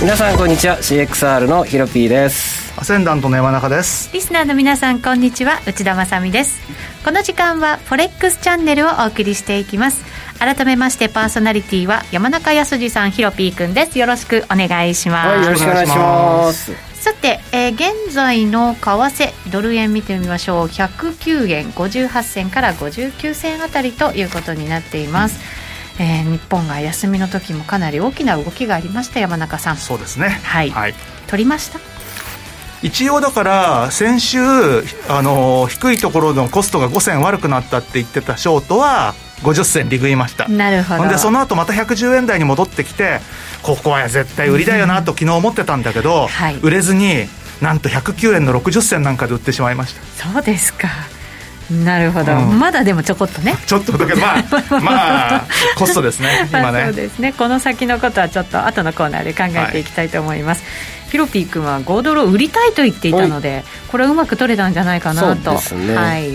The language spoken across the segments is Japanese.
皆さんこんにちは。 CXR のヒロピーです。 アセンダントの山中です。 リスナーの皆さんこんにちは、内田まさみです。この時間はフォレックスチャンネルをお送りしていきます。改めましてパーソナリティは山中康さん、ヒロピーくんです。よろしくお願いします。 はい、よろしくお願いします。 さて、現在の為替ドル円見てみましょう。109円58銭から59銭あたりということになっています。日本が休みの時もかなり大きな動きがありました。山中さん。 そうですね、 はい、はい、取りました。 一応だから先週低いところのコストが5銭悪くなったって言ってたショートは50銭利食いました。 なるほど。 でその後また110円台に戻ってきて、ここは絶対売りだよなと昨日思ってたんだけど、はい、売れずになんと109円の60銭なんかで売ってしまいました。 そうですか。なるほど、まだでもちょこっとね、 ちょっとだけどまあコストですね今ね。 そうですね。この先のことはちょっと後のコーナーで考えていきたいと思います。ヒロピー君は5ドルを売りたいと言っていたので、これうまく取れたんじゃないかなと。 そうですね、 はい、 ユ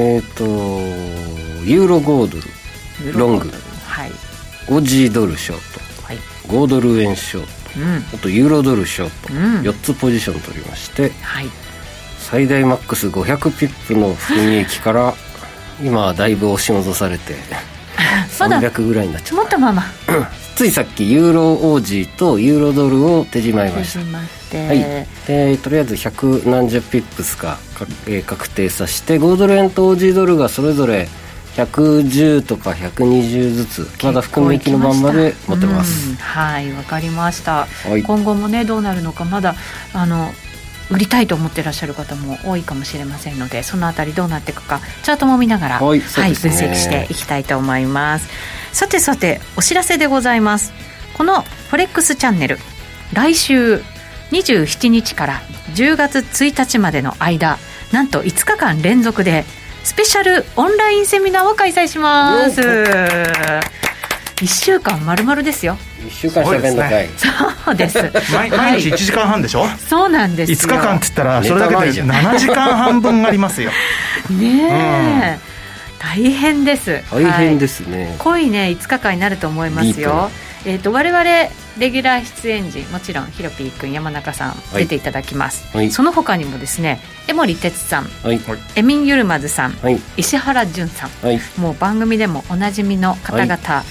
ーロ5ドルロング、 はい、 5G ドルショート、はい、5ドル円ショート、あとユーロドルショート、4つポジション取りまして、はい、最大マックス500ピップの含み益から今はだいぶ押し戻されて300ぐらいになっちゃった。 持ったままついさっきユーロ OG とユーロドルを手締まいました。はい、でとりあえず100何十ピップスか確定させて、5ドル円と OG ドルがそれぞれ110とか120ずつまだ含み益のまんまで持ってます。 はい、わかりました。はい、今後もねどうなるのか、まだ売りたいと思っていらっしゃる方も多いかもしれませんので、そのあたりどうなっていくかチャートも見ながら、はい、分析していきたいと思います。さてお知らせでございます。このフォレックスチャンネル、来週27日から10月1日までの間、なんと5日間連続でスペシャルオンラインセミナーを開催します。1週間丸々ですよ。 1週間しゃべんのかい。 そうです毎日1時間半でしょ。 そうなんですよ。 5日間って言ったらそれだけで7時間半分ありますよねえ、大変です。 大変ですね、はい、 濃いね5日間になると思いますよ。我々レギュラー出演時、もちろんヒロピー君、山中さん出ていただきます、はい、その他にもですね、江守哲さん、はい、エミン・ユルマズさん、はい、石原淳さん、はい、もう番組でもおなじみの方々、はい、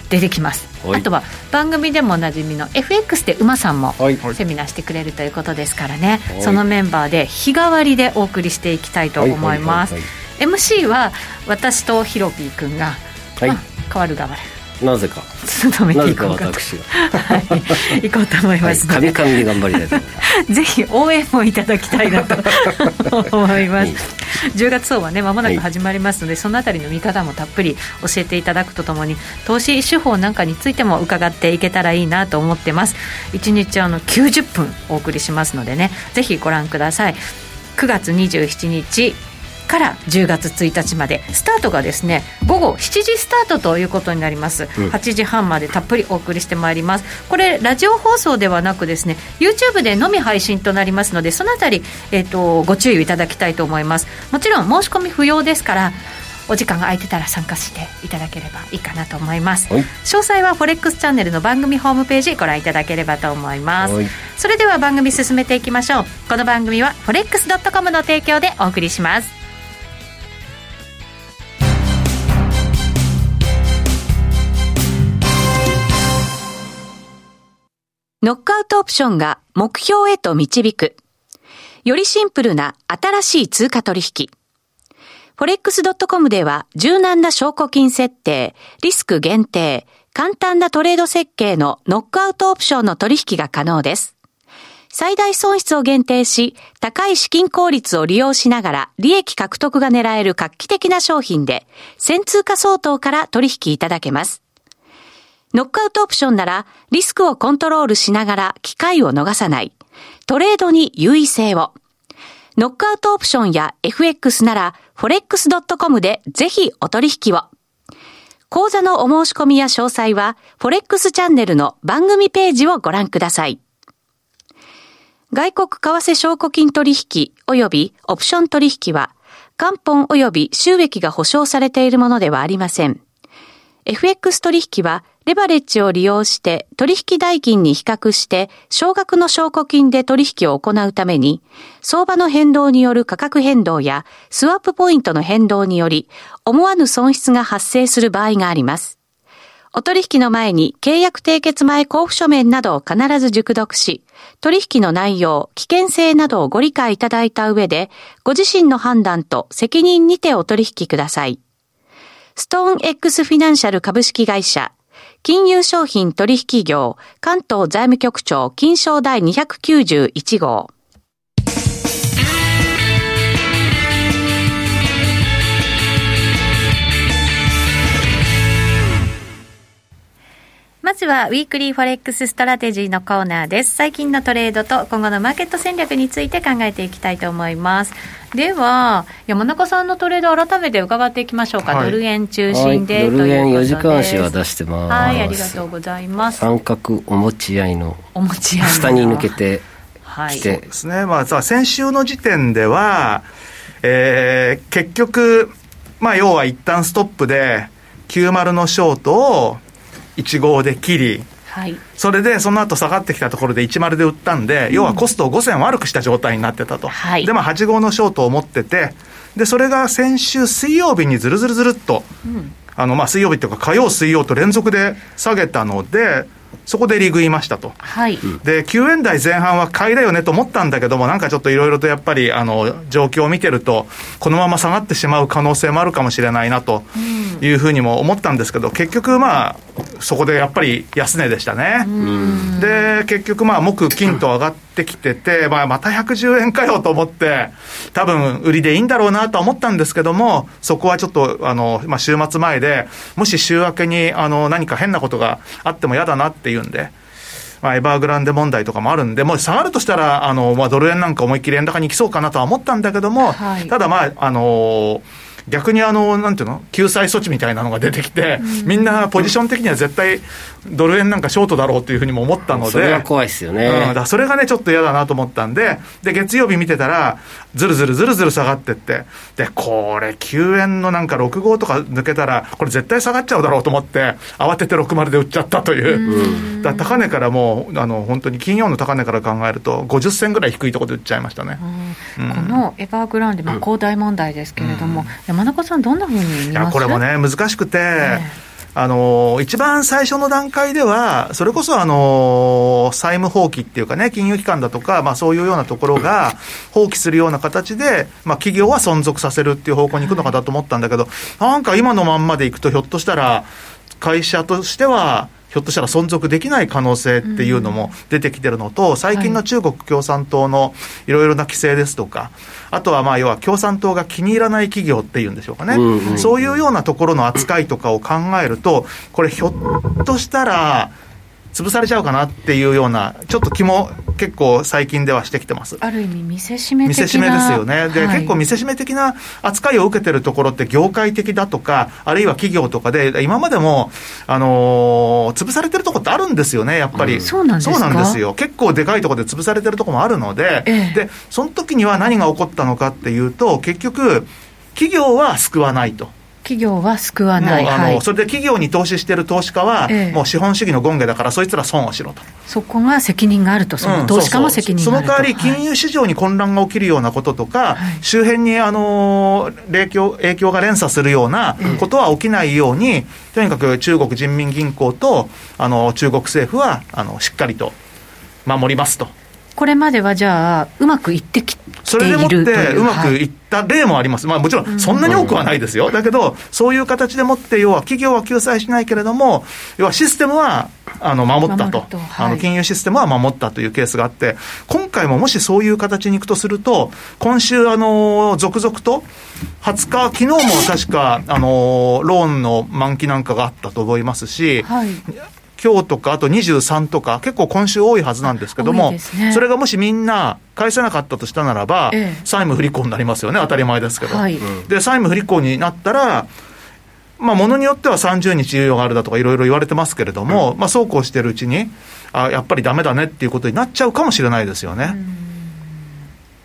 出てきます。あとは番組でもおなじみの FX で馬さんもセミナーしてくれるということですからね、はい、そのメンバーで日替わりでお送りしていきたいと思います。MC は私とヒロピー君が、はい、変わる変わるなぜか務めていこうかと、 私が、 はい、行こうと思いますので、 神々で頑張りたいと思いますぜひ応援もいただきたいなと思います。10月相場ね、間もなく始まりますので、そのあたりの見方もたっぷり教えていただくとともに、投資手法なんかについても伺っていけたらいいなと思ってます。1日90分お送りしますのでね、ぜひご覧ください。9月27日から10月1日まで、スタートがですね午後7時スタートということになります、8時半までたっぷりお送りしてまいります。これラジオ放送ではなくですね YouTube でのみ配信となりますので、そのあたり、ご注意いただきたいと思います。もちろん申し込み不要ですから、お時間が空いてたら参加していただければいいかなと思います。詳細はフォレックスチャンネルの番組ホームページご覧いただければと思います。それでは番組進めていきましょう。この番組は forex.com の提供でお送りします。ノックアウトオプションが目標へと導く。よりシンプルな新しい通貨取引。forex.com では柔軟な証拠金設定、リスク限定、簡単なトレード設計のノックアウトオプションの取引が可能です。最大損失を限定し、高い資金効率を利用しながら利益獲得が狙える画期的な商品で、1000通貨相当から取引いただけます。ノックアウトオプションならリスクをコントロールしながら機会を逃さない。トレードに優位性を。ノックアウトオプションや FX なら forex.com でぜひお取引を。講座のお申し込みや詳細は Forex チャンネルの番組ページをご覧ください。外国為替証拠金取引及びオプション取引は元本及び収益が保証されているものではありません。FX 取引はレバレッジを利用して取引代金に比較して少額の証拠金で取引を行うために、相場の変動による価格変動やスワップポイントの変動により思わぬ損失が発生する場合があります。お取引の前に契約締結前交付書面などを必ず熟読し、取引の内容、危険性などをご理解いただいた上で、ご自身の判断と責任にてお取引ください。ストーン X フィナンシャル株式会社、金融商品取引業、関東財務局長金商第291号。まずはウィークリーフォレックスストラテジーのコーナーです。最近のトレードと今後のマーケット戦略について考えていきたいと思います。では山中さんのトレード改めて伺っていきましょうか。はい、ドル円中心で、 ドル円4時間足は出してます。 はい、ありがとうございます。 三角お持ち合いの下に抜けてきて、 そうですね。まあ先週の時点では、結局要は一旦ストップで90のショートを15で切り、はい、それでその後下がってきたところで10で売ったんで、要はコストを5銭悪くした状態になってたと、はい、で85のショートを持ってて、でそれが先週水曜日にずるっと、水曜日というか火曜水曜と連続で下げたので、そこで利食いましたと、はい、で9円台前半は買いだよねと思ったんだけども、なんかちょっといろいろとやっぱり状況を見てるとこのまま下がってしまう可能性もあるかもしれないなというふうにも思ったんですけど、結局そこでやっぱり安値でしたね。で結局木金と上がってきてて、また110円かよと思って多分売りでいいんだろうなとは思ったんですけども、そこはちょっと週末前で、もし週明けに何か変なことがあっても嫌だなっていうんで、エバーグランデ問題とかもあるんで、もう下がるとしたらドル円なんか思いっきり円高に行きそうかなとは思ったんだけども、はい、ただ逆になんていうの、救済措置みたいなのが出てきて、みんなポジション的には絶対ドル円なんかショートだろうというふうにも思ったので、 それは怖いですよね。 だそれがねちょっと嫌だなと思ったんで、月曜日見てたらずるずる下がってって、でこれ9円のなんか6号とか抜けたらこれ絶対下がっちゃうだろうと思って慌てて60で売っちゃったという、高値からもう本当に金曜の高値から考えると50銭ぐらい低いところで売っちゃいましたね。 このエバーグランデ、恒大問題ですけれども、山中さんどんなふうに見ます？ いやこれもね難しくて、一番最初の段階ではそれこそ債務放棄っていうかね、金融機関だとか、そういうようなところが放棄するような形で、企業は存続させるっていう方向に行くのかだと思ったんだけど、なんか今のまんまでいくとひょっとしたら会社としてはひょっとしたら存続できない可能性っていうのも出てきてるのと、最近の中国共産党のいろいろな規制ですとか、あとは要は共産党が気に入らない企業っていうんでしょうかね、そういうようなところの扱いとかを考えると、これひょっとしたら潰されちゃうかなっていうようなちょっと気も結構最近ではしてきてます。 ある意味見せしめ的な、 見せしめですよね。で、結構見せしめ的な扱いを受けてるところって業界的だとか、あるいは企業とかで今までも潰されてるところってあるんですよね、やっぱり。 そうなんですか？ そうなんですよ。結構でかいところで潰されてるところもあるので、でその時には何が起こったのかっていうと、結局企業は救わないと。 企業は救わない、 それで企業に投資している投資家は、もう資本主義の権下だからそいつら損をしろと、 そこが責任があると、その投資家も責任があると、 その代わり金融市場に混乱が起きるようなこととか、周辺に影響が連鎖するようなことは起きないように、とにかく中国人民銀行と中国政府はしっかりと守りますと。 これまではじゃあうまくいってきているという、 それでもってうまくいった例もあります、もちろんそんなに多くはないですよ、だけどそういう形でもって、要は企業は救済しないけれども、要はシステムは守ったと、金融システムは守ったというケースがあって、今回ももしそういう形に行くとすると、今週続々と20日、昨日も確かローンの満期なんかがあったと思いますし、今日とかあと23とか結構今週多いはずなんですけども、それがもしみんな返せなかったとしたならば、債務不履行になりますよね、当たり前ですけど、で債務不履行になったら、ものによっては30日猶予があるだとかいろいろ言われてますけれども、そうこうしてるうちにやっぱりダメだねっていうことになっちゃうかもしれないですよね。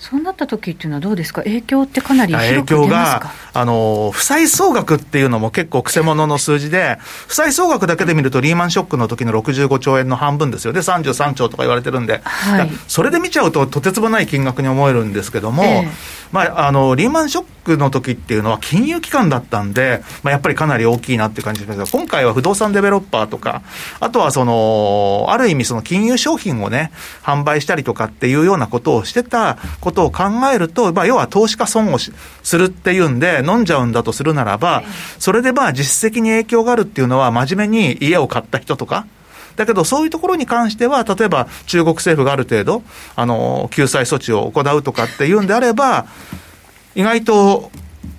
そうなった時っていうのはどうですか？影響ってかなり広く出ますか？ 影響が負債総額っていうのも結構くせ者の数字で、負債総額だけで見るとリーマンショックの時の65兆円の半分ですよね。33兆とか言われてるんで、はい、それで見ちゃうととてつもない金額に思えるんですけども、まあ、リーマンショックの時っていうのは金融機関だったんで、まあ、やっぱりかなり大きいなっていう感じですが、今回は不動産デベロッパーとか、あとはある意味その金融商品をね販売したりとかっていうようなことをしてたことを考えると、まあ、要は投資家損をするっていうんで飲んじゃうんだとするならば、それでまあ実績に影響があるっていうのは真面目に家を買った人とかだけど、そういうところに関しては例えば中国政府がある程度救済措置を行うとかっていうんであれば、意外と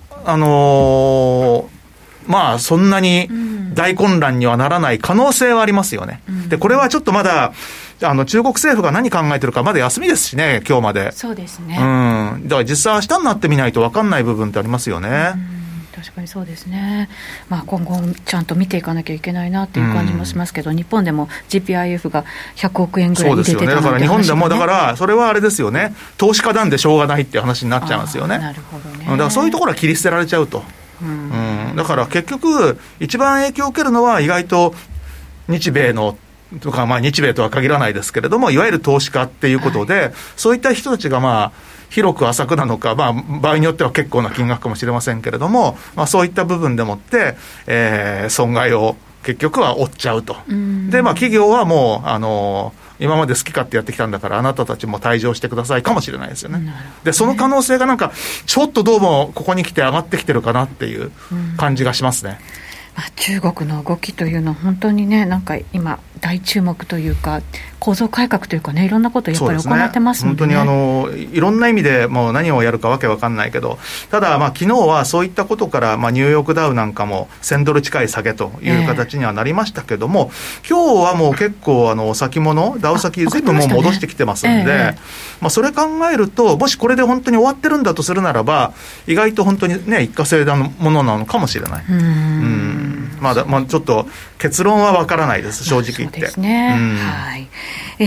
まあそんなに大混乱にはならない可能性はありますよね。でこれはちょっとまだ中国政府が何考えてるかまだ休みですしね、今日まで。 そうですね。 だから実際明日になってみないと分かんない部分ってありますよね。 確かにそうですね。まあ、今後ちゃんと見ていかなきゃいけないなっていう感じもしますけど、日本でも GPIF が100億円ぐらい入れてたので、 そうですよね。だから日本でもだからそれはあれですよね、投資家なんでしょうがないっていう話になっちゃいますよね。 なるほどね。 だからそういうところは切り捨てられちゃうと、だから結局一番影響を受けるのは意外と日米のとか、まあ、日米とは限らないですけれども、いわゆる投資家っていうことで、そういった人たちがまあ広く浅くなのか、まあ、場合によっては結構な金額かもしれませんけれども、まあ、そういった部分でもって、損害を結局は負っちゃうと。で、まあ、企業はもう今まで好き勝手やってきたんだからあなたたちも退場してくださいかもしれないですよね。でその可能性がなんかちょっとどうもここに来て上がってきてるかなっていう感じがしますね。 中国の動きというのは本当にね、なんか今大注目というか構造改革というかね、いろんなことをやっぱり行ってますので、ね、 本当にいろんな意味でもう何をやるかわけわかんないけど、ただまあ昨日はそういったことから、まあ、ニューヨークダウなんかも1000ドル近い下げという形にはなりましたけども、今日はもう結構先物ダウ先ずいぶんもう戻してきてますんで、まあ、それ考えるともしこれで本当に終わってるんだとするならば、意外と本当にね一過性なものなのかもしれない。まあ、ちょっと結論は分からないです、正直言って。 そうですね。はい。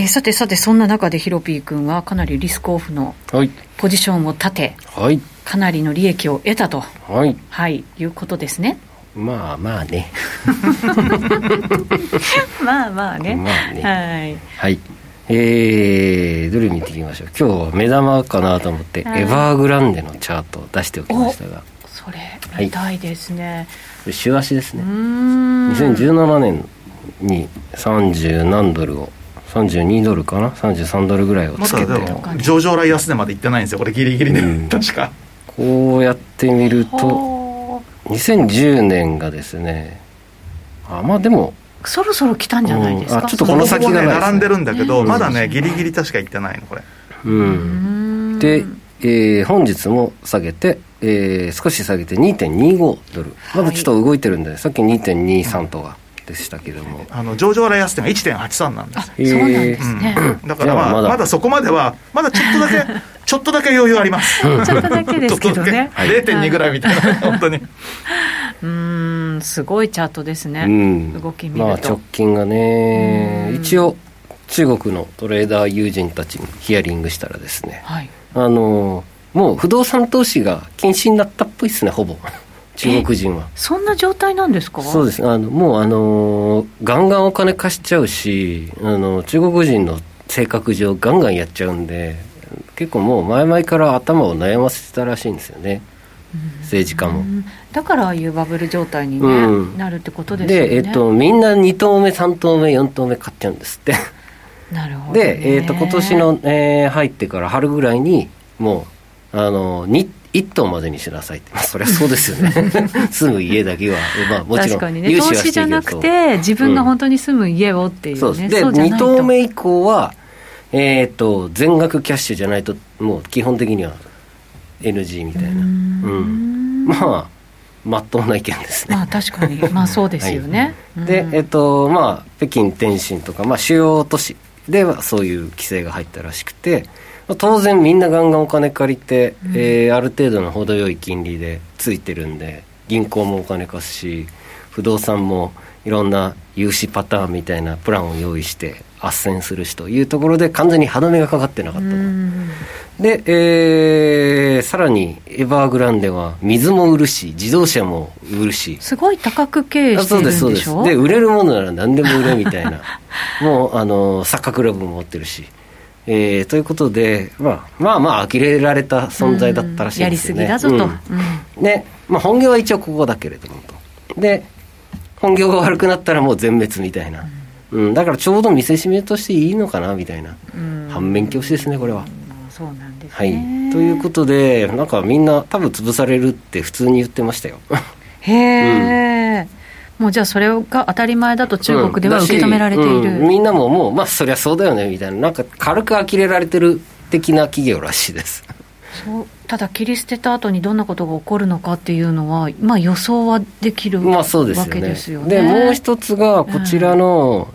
さてそんな中でヒロピー君はかなりリスクオフのポジションを立て、はい、かなりの利益を得たと、はいはい、いうことですね。 まあまあねまあまあね、 まあね、 はい、はい、 どれ見ていきましょう。今日は目玉かなと思って、エバーグランデのチャートを出しておきましたが、 それ見たいですね。 週足ですね。2017年に30何ドルを32ドルかな33ドルぐらいをつけて、まだ上場来安値までいってないんですよこれギリギリで、確かこうやってみると2010年がですね、まあでもそろそろ来たんじゃないですか。 ちょっとこの先がないですね、 並んでるんだけど、まだねギリギリ確かいってないのこれ。 で、本日も下げて、少し下げて 2.25 ドル、まだちょっと動いてるんで、さっき 2.23 とかでしたけども、 上場来安値が 1.83 なんです。 そうなんですね、 だからまだそこまではまだちょっとだけちょっとだけ余裕ありますちょっとだけですけどね 0.2 ぐらいみたいな本当にすごいチャートですね、動き見ると、 まあ、直近がね、一応中国のトレーダー友人たちにヒアリングしたらですね、はい、もう不動産投資が禁止になったっぽいですね、ほぼ中国人は。 そんな状態なんですか。 そうです。もうガンガンお金貸しちゃうし、中国人の性格上ガンガンやっちゃうんで、結構もう前々から頭を悩ませてたらしいんですよね、政治家も。 だからああいうバブル状態に、ねなるってことですよね。 で、みんな2投目3投目4投目買っちゃうんですってなるほど、ね、 で、今年の、入ってから春ぐらいにもう1棟までにしなさいって、そりゃそうですよね住む家だけは、まあ、もちろん確かにね、投資じゃなくて自分が本当に住む家をっていうね、 そうです。で、2棟目以降は全額キャッシュじゃないともう基本的には NG みたいな、まあまっとうな意見ですね。 まあ確かに、まあそうですよね、 はい、で、まあ北京天津とか、まあ、主要都市ではそういう規制が入ったらしくて、当然みんなガンガンお金借りて、ある程度の程よい金利でついてるんで、銀行もお金貸すし、不動産もいろんな融資パターンみたいなプランを用意して斡旋するしというところで完全に歯止めがかかってなかったと。 で、さらにエバーグランデは水も売るし自動車も売るし、 すごい高く経営してるんでしょ。 そうですそうです。で売れるものなら何でも売れみたいなもうサッカークラブも持ってるし、ということで、まあ呆れられた存在だったらしいんですよね。 やりすぎだぞと、 で、本業は一応ここだけれどもと。で本業が悪くなったらもう全滅みたいな、だからちょうど見せしめとしていいのかなみたいな、反面教師ですねこれは。 そうなんですね、 はい、ということでなんかみんな多分潰されるって普通に言ってましたよへえ、もうじゃあそれが当たり前だと中国では受け止められている、 みんなももうそりゃそうだよねみたいな、なんか軽く呆れられてる的な企業らしいです。 そう、ただ切り捨てた後にどんなことが起こるのかっていうのは、予想はできるわけですよね。 でもう一つがこちらの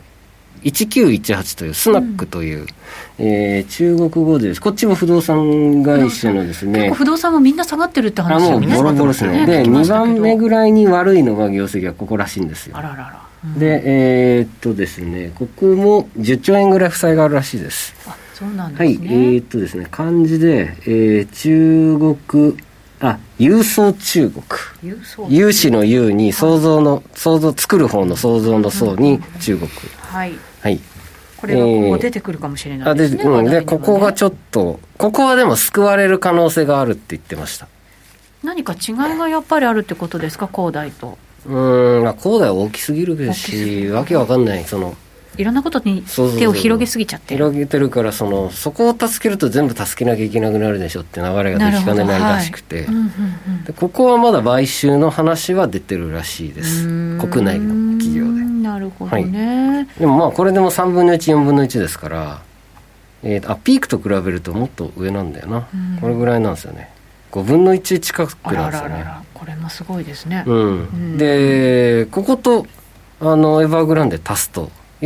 1918というスナックという、中国語でです。こっちも不動産会社のですね、 結構不動産もみんな下がってるって話よね。 もうボロボロですね。で2番目ぐらいに悪いのが業績はここらしいんですよ。 あららら、 でですね、ここも10兆円ぐらい負債があるらしいです。 あ、そうなんですね。 はい、ですね、漢字で、中国郵送中国、有志の有に創造作る方の創造の創に中国、はいはい、 これが今後出てくるかもしれないですね。 でここがちょっとここはでも救われる可能性があるって言ってました。 何か違いがやっぱりあるってことですか、恒大と。 恒大は大きすぎるし、わけわかんない、 いろんなことに手を広げすぎちゃってる。 広げてるからそこを助けると全部助けなきゃいけなくなるでしょって流れができかねないらしくて、でここはまだ買収の話は出てるらしいです、国内の企業で。 なるほどね、 はい、でもこれでも3分の1、4分の1ですから、ピークと比べるともっと上なんだよな、これぐらいなんですよね。5分の1近くなんですよね。 これもすごいですね、 でこことエバーグランデ足すと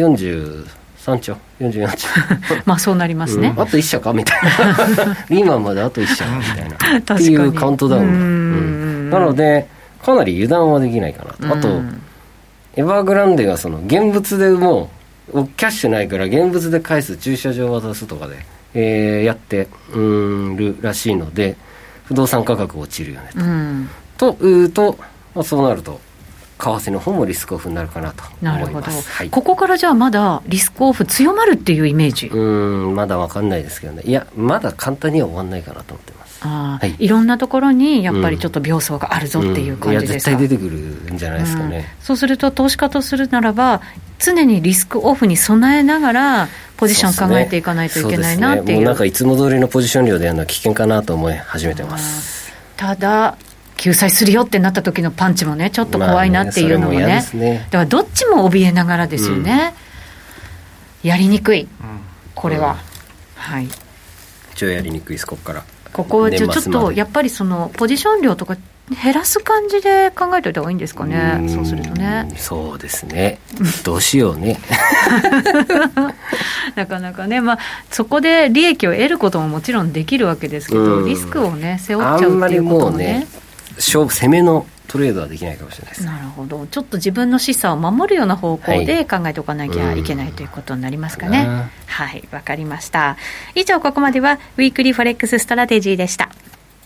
43兆44兆そうなりますね、 あと1社かみたいなリーマンまであと1社かみたいなっていうカウントダウンなのでかなり油断はできないかなと。あとエバーグランデが現物でもうキャッシュないから現物で返す、駐車場渡すとかで、やってるらしいので不動産価格落ちるよねというと、そうなると為替の方もリスクオフになるかなと思います。なるほど、はい、 ここからじゃあまだリスクオフ強まるっていうイメージ。 まだ分かんないですけどね。いやまだ簡単には終わんないかなと思ってます。はい、 いろんなところにやっぱりちょっと病巣があるぞっていう感じですか。 いや絶対出てくるんじゃないですかね。 そうすると投資家とするならば常にリスクオフに備えながらポジション考えていかないといけないなっていう。 もうなんかいつも通りのポジション量でやるのは危険かなと思い始めてます。 ただ救済するよってなった時のパンチもねちょっと怖いなっていうのもね、だからどっちも怯えながらですよね、やりにくい、これは、はい、 超やりにくいです。ここからここちょっとやっぱりポジション量とか減らす感じで考えておいた方がいいんですかね。そうするとね。 そうですね。どうしようね。 なかなかね、そこで利益を得ることももちろんできるわけですけど、リスクをね背負っちゃうっていうこともね。 攻めのトレードはできないかもしれないです。 なるほど。ちょっと自分の資産を守るような方向で考えておかなきゃいけないということになりますかね。はい、わかりました。以上ここまではウィークリーフォレックスストラテジーでした。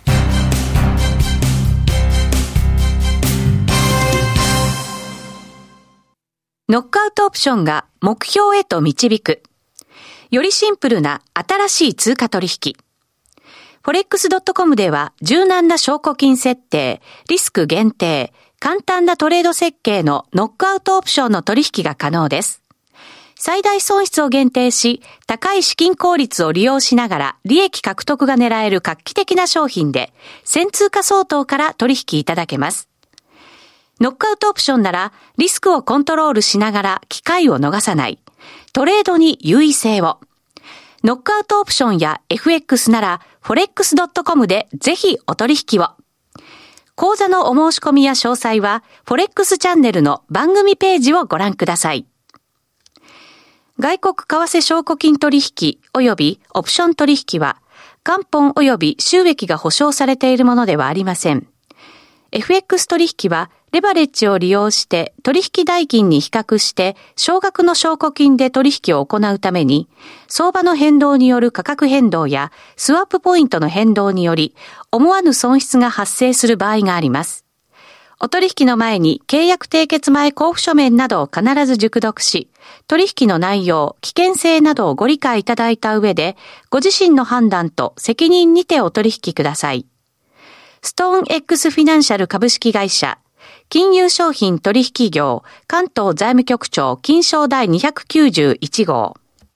ノックアウトオプションが目標へと導く。よりシンプルな新しい通貨取引。forex.com では柔軟な証拠金設定、リスク限定、簡単なトレード設計のノックアウトオプションの取引が可能です。最大損失を限定し、高い資金効率を利用しながら利益獲得が狙える画期的な商品で、1000通貨相当から取引いただけます。ノックアウトオプションならリスクをコントロールしながら機会を逃さない。トレードに優位性を。ノックアウトオプションや FX なら forex.com でぜひお取引を。講座のお申し込みや詳細は Forex チャンネルの番組ページをご覧ください。外国為替証拠金取引及びオプション取引は元本及び収益が保証されているものではありません。FX 取引はレバレッジを利用して取引代金に比較して少額の証拠金で取引を行うために、相場の変動による価格変動やスワップポイントの変動により思わぬ損失が発生する場合があります。お取引の前に契約締結前交付書面などを必ず熟読し、取引の内容、危険性などをご理解いただいた上で、ご自身の判断と責任にてお取引ください。ストーン X フィナンシャル株式会社、金融商品取引業、関東財務局長金商第291号。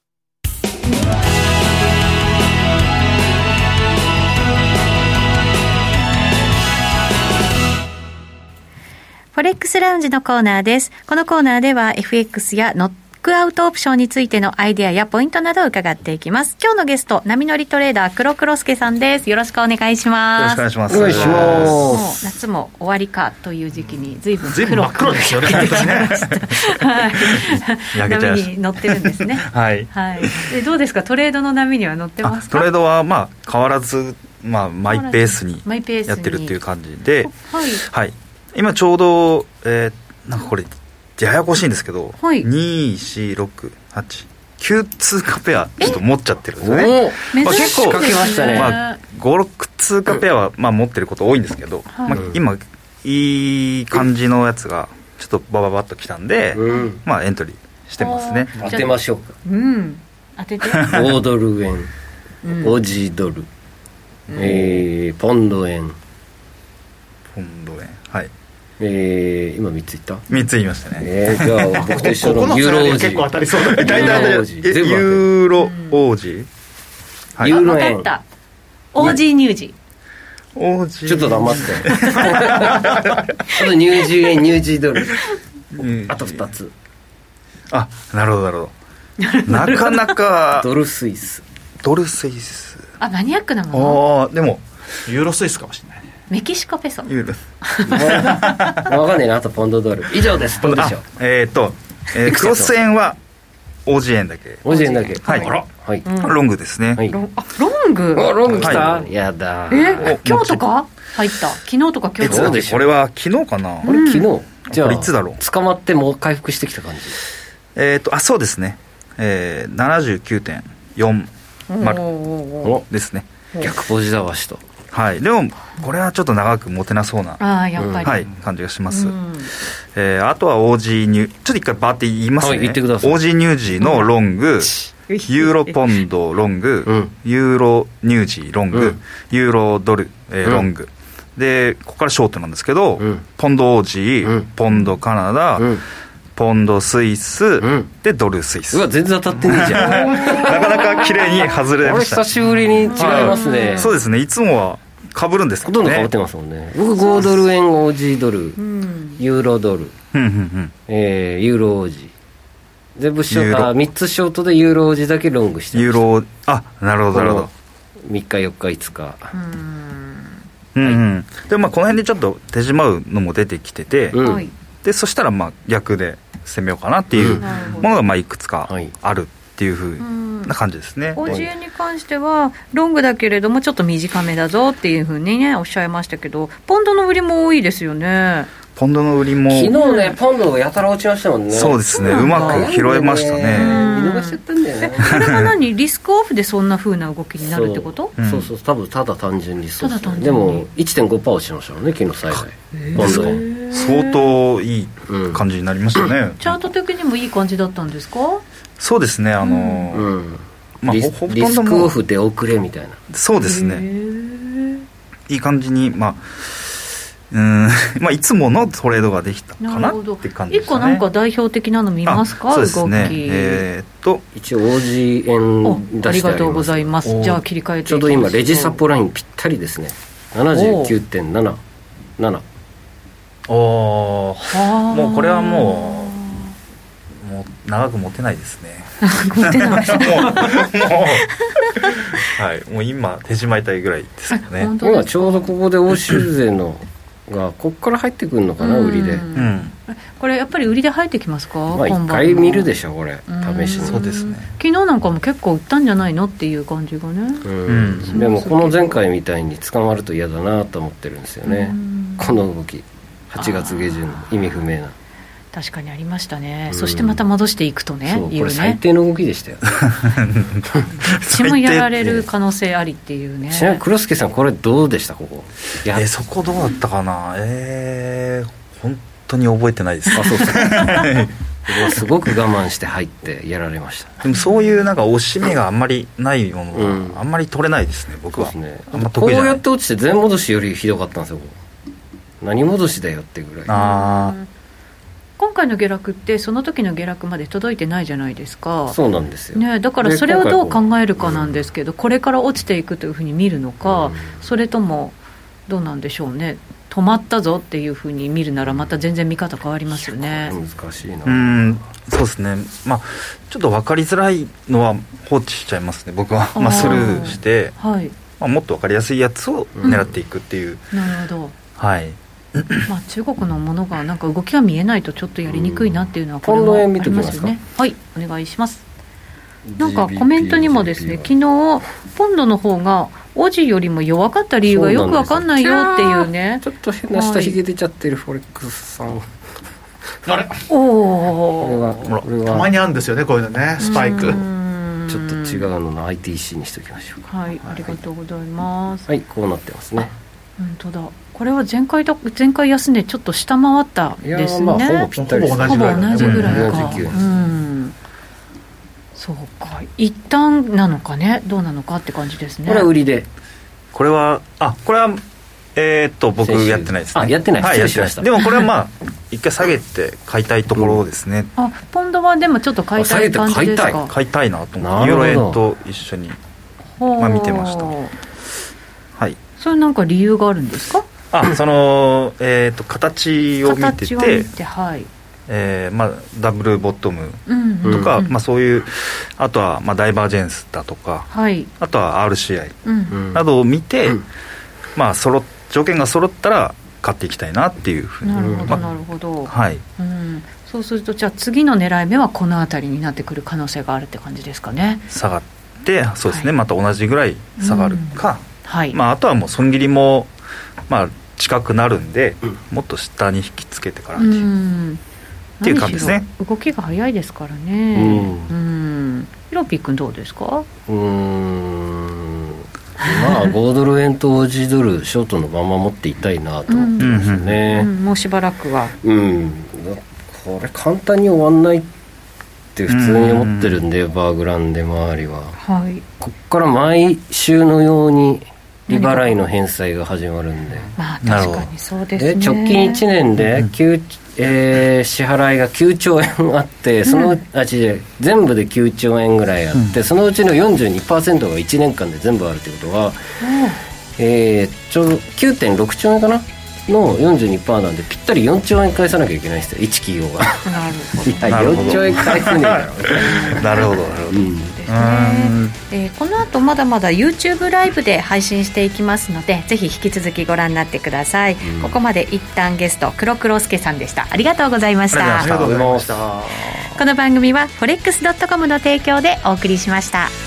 フォレックスラウンジのコーナーです。このコーナーでは FX やノックアウトオプションについてのアイデアやポイントなどを伺っていきます。今日のゲスト、波乗りトレーダー黒黒助さんです。よろしくお願いします。 よろしくお願いします。お願いします。 夏も終わりかという時期に随分真っ黒ですよね。 はい、波に乗ってるんですね。 はい。 はい。でどうですか、トレードの波には乗ってますか？ トレードはまあ変わらず、まあマイペースにやってるっていう感じで、 はい。 はい。今ちょうど、なんかこれややこしいんですけど、 はい、 2、4、6、8、9通貨ペアちょっと持っちゃってるんですよね。 まあ、 結構かけましたね。 まあ、5、6通貨ペアはまあ持ってること多いんですけど、 はい、 まあ、今いい感じのやつがちょっとバババッときたんで、まあエントリーしてますね。 当てましょうか。 当てて。 5ドル円、オジドル、ポンド円、はい。今3ついった？ 3つ言いましたね。 じゃあ僕と一緒のユーロ王子。 結構当たりそうだ。ユーロ王子。 ユーロ円。 分かった。オージー乳児。 ちょっと黙って。あとニュージー円、ニュージードル。あと2つ。 あ、なるほどなるほど。なかなかドルスイス。 あ、マニアックなもの。 ああ、でもユーロスイスかもしれない。 メキシコペソ。 ユーロ。 分かんねえな。あとポンドドル。以上です。どうでしょう。 クロス円はオージー円だけ。 オージー円だけ。 はい。 はい。 ロングですね。 ロング。 ロング来た。やだ。 今日とか入った。昨日とか今日とか。 そうでしょ。これは昨日かな。 これ昨日。じゃあいつだろう。 捕まってもう回復してきた感じ。 そうですね。79.40 ですね。 逆ポジだわしと。 はい、でもこれはちょっと長く持てなそうなやっぱり、 はい、感じがします。あとはオージーニュー、ちょっと一回バーって言いますね。 言ってください。 オージーニュージーのロング、ユーロポンドロング、ユーロニュージーロング、ユーロドル、ロングで、ここからショートなんですけど、ポンドオージー、ポンドカナダ、ポンドスイス、でドルスイス。 うわ、全然当たってねえじゃん。 なかなか綺麗に外れました。 久しぶりに違いますね。 そうですね。いつもは被るんですけどね。 ほとんど被ってますもんね。僕5ドル円オージードル、ユーロドル、ユーロオージー、全部ショート、3つショートでユーロオージーだけロングしてました。ユーロ、 なるほどなるほど。 3日4日5日。 でまあこの辺でちょっと手締まうのも出てきてて、でそしたらまあ逆で攻めようかなっていうものがまあいくつかあるっていう風な感じですね。 オージーに関してはロングだけれどもちょっと短めだぞっていう風にねおっしゃいましたけど、ポンドの売りも多いですよね。 ポンドの売りも昨日ね、ポンドがやたら落ちましたもんね。 そうですね、うまく拾えましたね。 見逃しちゃったんだよね。 これが何リスクオフでそんな風な動きになるってこと？ そうそう、多分ただ単純にそうですね。でも 1.5% 落ちましたもんね、昨日最大。ポンド円相当いい感じになりましたね。 チャート的にもいい感じだったんですか？ そうですね、 まあ、リスクオフで遅れみたいな。 そうですね、いい感じにまあいつものトレードができたかなって感じですね。 1個なんか代表的なの見ますか？ そうですね、 動き一応 OG 円出してあります。 ありがとうございます。じゃあ切り替えていきましょう。 ちょうど今レジサポラインぴったりですね。 79.77。 もうこれはもう長く持てないですね。 持てないもうはい、もう今手締まいたいぐらいですけどね。 今ちょうどここで欧州勢のがここから入ってくるのかな、売りで。 これやっぱり売りで入ってきますか？ まあ一回見るでしょこれ、試しに。 そうですね。 昨日なんかも結構売ったんじゃないのっていう感じがね。でもこの前回みたいに捕まると嫌だなと思ってるんですよね。この動き 8月下旬意味不明な。 確かにありましたね、そしてまた戻していくとね、 これ最低の動きでしたよどっちもやられる可能性ありっていうね。 ちなみに黒助さんこれどうでした？ここそこどうだったかな。本当に覚えてないです。 そうですねすごく我慢して入ってやられました。 でもそういうなんか押し目があんまりないものはあんまり取れないですね、僕は。 そうですね、 あんま得意じゃない。 こうやって落ちて全戻しよりひどかったんですよ。何戻しだよってぐらい。 今回の下落ってその時の下落まで届いてないじゃないですか。 そうなんですよ、 ね、だからそれをどう考えるかなんですけど、これから落ちていくというふうに見るのか、それともどうなんでしょうね。止まったぞっていうふうに見るならまた全然見方変わりますよね。 難しいな。 そうですね、ちょっと分かりづらいのは放置しちゃいますね、僕は。スルーして、もっと分かりやすいやつを狙っていくっていう、 なるほど。 はい。 中国のものがなんか動きが見えないとちょっとやりにくいなっていうのはこれもありますよね。はい、お願いします。なんかコメントにもですね、昨日ポンドの方がオジよりも弱かった理由がよく分かんないよっていうね。 ちょっと変な下髭出ちゃってるフォレックスさん。 あれ、 これはたまにあるんですよね、こういうのね、スパイク。ちょっと違うのの ITC にしておきましょうか。 はい、ありがとうございます。 はい、こうなってますね。 本当だ。これは前回安値ちょっと下回ったですね。 ほぼぴったりです。 ほぼ同じぐらいか。そうか、一旦なのかね、どうなのかって感じですね。 これは売りで。 これは僕やってないですね。 やってない。 はい、やってない。でもこれは一回下げて買いたいところですね。 ポンドはでもちょっと買いたい感じですか？ 買いたいなと思って、ユーロ円と一緒に見てました。はい。 それなんか理由があるんですか？ その形を見てて、ダブルボトムとか、そういう、あとはダイバージェンスだとか、あとは RCI などを見て、条件が揃ったら買っていきたいなっていうふうに。 なるほど、なるほど。 はい。 そうするとじゃあ次の狙い目はこの辺りになってくる可能性があるって感じですかね。 下がって、そうですね、また同じぐらい下がるか、あとはもう損切りも近くなるんで、もっと下に引きつけてからっていう感じですね。 動きが早いですからね。ヒロピー君どうですか？ 5ドル円とオージードルショートのまま持っていたいなと思ってますね。 もうしばらくは。 これ簡単に終わんないって普通に思ってるんで、バーグランデ周りは。こっから毎週のように利払いの返済が始まるんで。 確かにそうですね。 直近1年で支払いが9兆円あって、その全部で9兆円ぐらいあって、そのうちの 42% が1年間で全部あるということは、ちょうど 9.6 兆円かなの 42% なんで、ぴったり4兆円返さなきゃいけないんですよ、1企業が。4兆円返せねえだろう。 なるほど、 この後まだまだ YouTube ライブで配信していきますので、ぜひ引き続きご覧になってください。ここまで一旦ゲスト黒黒助さんでした。ありがとうございました。 ありがとうございました。 この番組は forex.com の提供でお送りしました。